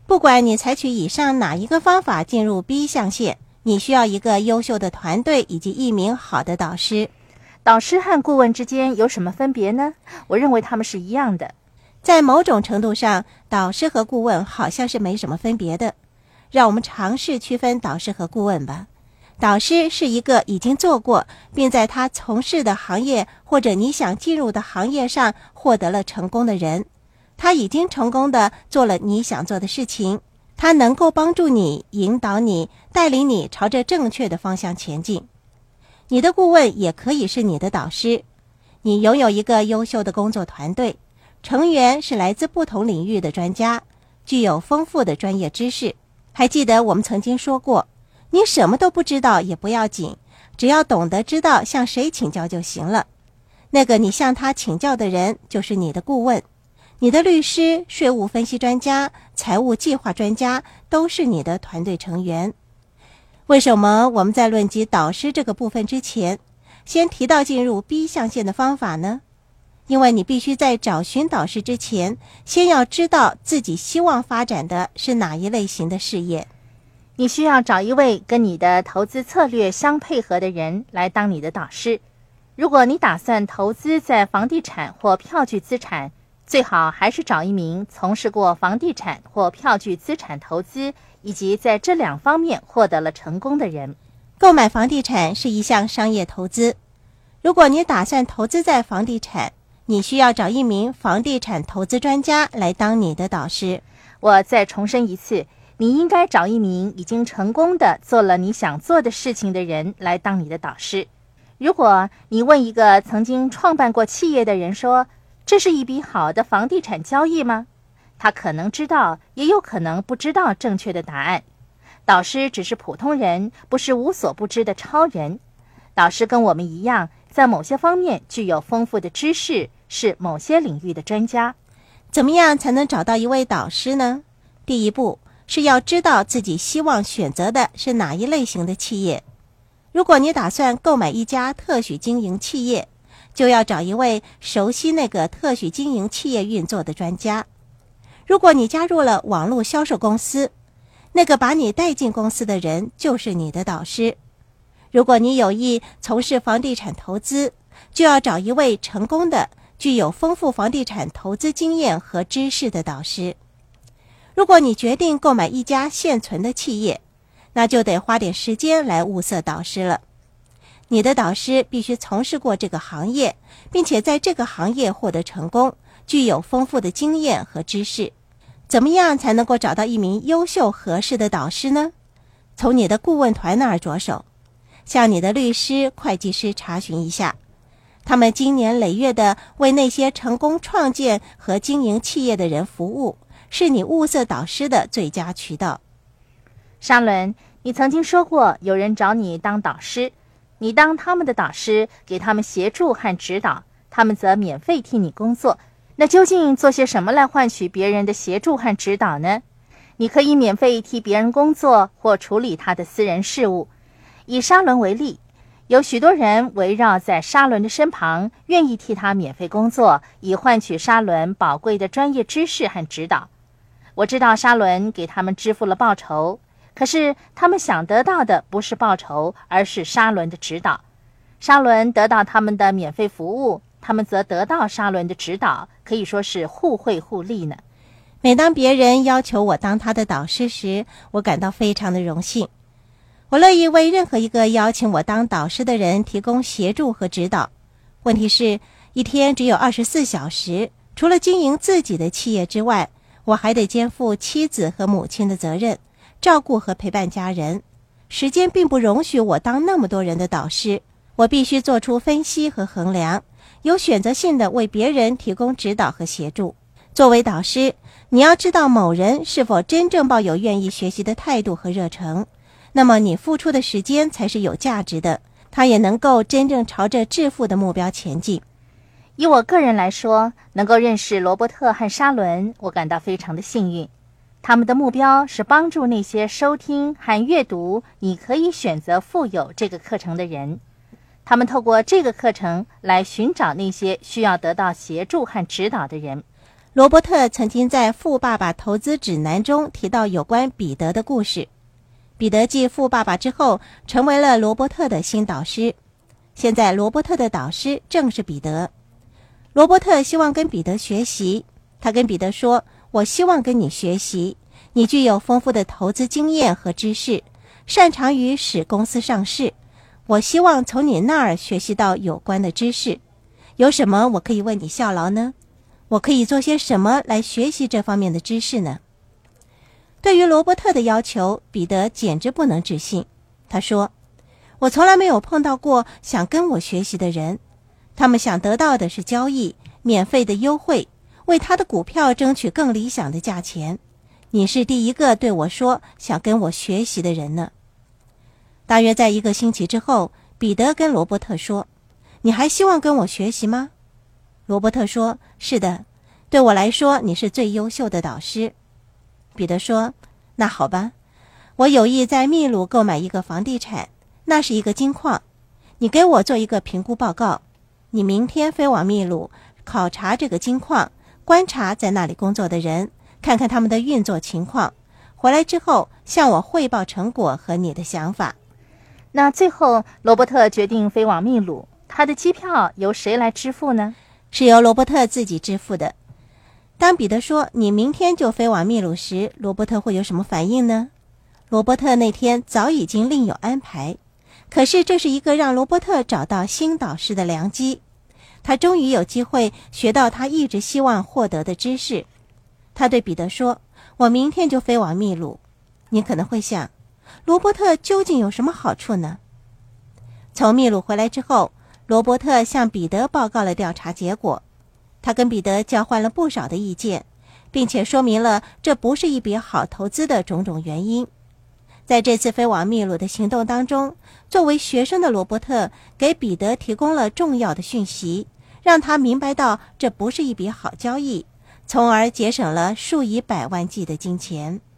不管你采取以上哪一个方法进入 B 象限，你需要一个优秀的团队以及一名好的导师。 导师和顾问之间有什么分别呢？我认为他们是一样的。 在某种程度上，导师和顾问好像是没什么分别的。让我们尝试区分导师和顾问吧。导师是一个已经做过，并在他从事的行业或者你想进入的行业上获得了成功的人。他已经成功地做了你想做的事情，他能够帮助你、引导你、带领你朝着正确的方向前进。你的顾问也可以是你的导师。你拥有一个优秀的工作团队，成员是来自不同领域的专家，具有丰富的专业知识。还记得我们曾经说过，你什么都不知道也不要紧，只要懂得知道向谁请教就行了。那个你向他请教的人就是你的顾问。你的律师、税务分析专家、财务计划专家都是你的团队成员。为什么我们在论及导师这个部分之前，先提到进入 B 象限的方法呢？因为你必须在找寻导师之前，先要知道自己希望发展的是哪一类型的事业。 你需要找一位跟你的投资策略相配合的人来当你的导师。如果你打算投资在房地产或票据资产，最好还是找一名从事过房地产或票据资产投资，以及在这两方面获得了成功的人。 购买房地产是一项商业投资。如果你打算投资在房地产，你需要找一名房地产投资专家来当你的导师。 我再重申一次，你应该找一名已经成功的做了你想做的事情的人来当你的导师。如果你问一个曾经创办过企业的人说，这是一笔好的房地产交易吗？他可能知道，也有可能不知道正确的答案。导师只是普通人，不是无所不知的超人。导师跟我们一样，在某些方面具有丰富的知识，是某些领域的专家。 怎么样才能找到一位导师呢？第一步是要知道自己希望选择的是哪一类型的企业。如果你打算购买一家特许经营企业，就要找一位熟悉那个特许经营企业运作的专家。如果你加入了网络销售公司，那个把你带进公司的人就是你的导师。如果你有意从事房地产投资，就要找一位成功的、具有丰富房地产投资经验和知识的导师。如果你决定购买一家现存的企业，那就得花点时间来物色导师了。你的导师必须从事过这个行业，并且在这个行业获得成功，具有丰富的经验和知识。怎么样才能够找到一名优秀合适的导师呢？从你的顾问团那儿着手，向你的律师、会计师查询一下，他们经年累月地为那些成功创建和经营企业的人服务，是你物色导师的最佳渠道。 沙伦，你曾经说过有人找你当导师，你当他们的导师，给他们协助和指导，他们则免费替你工作。那究竟做些什么来换取别人的协助和指导呢？你可以免费替别人工作或处理他的私人事务。以沙伦为例，有许多人围绕在沙伦的身旁，愿意替他免费工作，以换取沙伦宝贵的专业知识和指导。我知道沙伦给他们支付了报酬，可是他们想得到的不是报酬，而是沙伦的指导。沙伦得到他们的免费服务，他们则得到沙伦的指导，可以说是互惠互利呢。 每当别人要求我当他的导师时，我感到非常的荣幸。我乐意为任何一个邀请我当导师的人提供协助和指导。问题是，一天只有24小时，除了经营自己的企业之外，我还得肩负妻子和母亲的责任，照顾和陪伴家人。时间并不容许我当那么多人的导师，我必须做出分析和衡量，有选择性的为别人提供指导和协助。作为导师，你要知道某人是否真正抱有愿意学习的态度和热诚，那么你付出的时间才是有价值的，他也能够真正朝着致富的目标前进。 以我个人来说，能够认识罗伯特和沙伦，我感到非常的幸运。他们的目标是帮助那些收听和阅读你可以选择富有这个课程的人。他们透过这个课程来寻找那些需要得到协助和指导的人。 罗伯特曾经在《富爸爸投资指南》中提到有关彼得的故事。彼得继富爸爸之后，成为了罗伯特的新导师。现在罗伯特的导师正是彼得。罗伯特希望跟彼得学习，他跟彼得说，我希望跟你学习，你具有丰富的投资经验和知识，擅长于使公司上市，我希望从你那儿学习到有关的知识。有什么我可以为你效劳呢？我可以做些什么来学习这方面的知识呢？对于罗伯特的要求，彼得简直不能置信。他说，我从来没有碰到过想跟我学习的人，他们想得到的是交易，免费的优惠，为他的股票争取更理想的价钱。你是第一个对我说想跟我学习的人呢。大约在1个星期之后，彼得跟罗伯特说，你还希望跟我学习吗？罗伯特说，是的，对我来说你是最优秀的导师。彼得说，那好吧，我有意在秘鲁购买一个房地产，那是一个金矿，你给我做一个评估报告。你明天飞往秘鲁考察这个金矿，观察在那里工作的人，看看他们的运作情况，回来之后向我汇报成果和你的想法。 那最后罗伯特决定飞往秘鲁，他的机票由谁来支付呢？ 是由罗伯特自己支付的。当彼得说你明天就飞往秘鲁时，罗伯特会有什么反应呢？罗伯特那天早已经另有安排，可是这是一个让罗伯特找到新导师的良机。他终于有机会学到他一直希望获得的知识。他对彼得说，我明天就飞往秘鲁。你可能会想，罗伯特究竟有什么好处呢？从秘鲁回来之后，罗伯特向彼得报告了调查结果。他跟彼得交换了不少的意见，并且说明了这不是一笔好投资的种种原因。在这次飞往秘鲁的行动当中，作为学生的罗伯特给彼得提供了重要的讯息，让他明白到这不是一笔好交易，从而节省了数以百万计的金钱。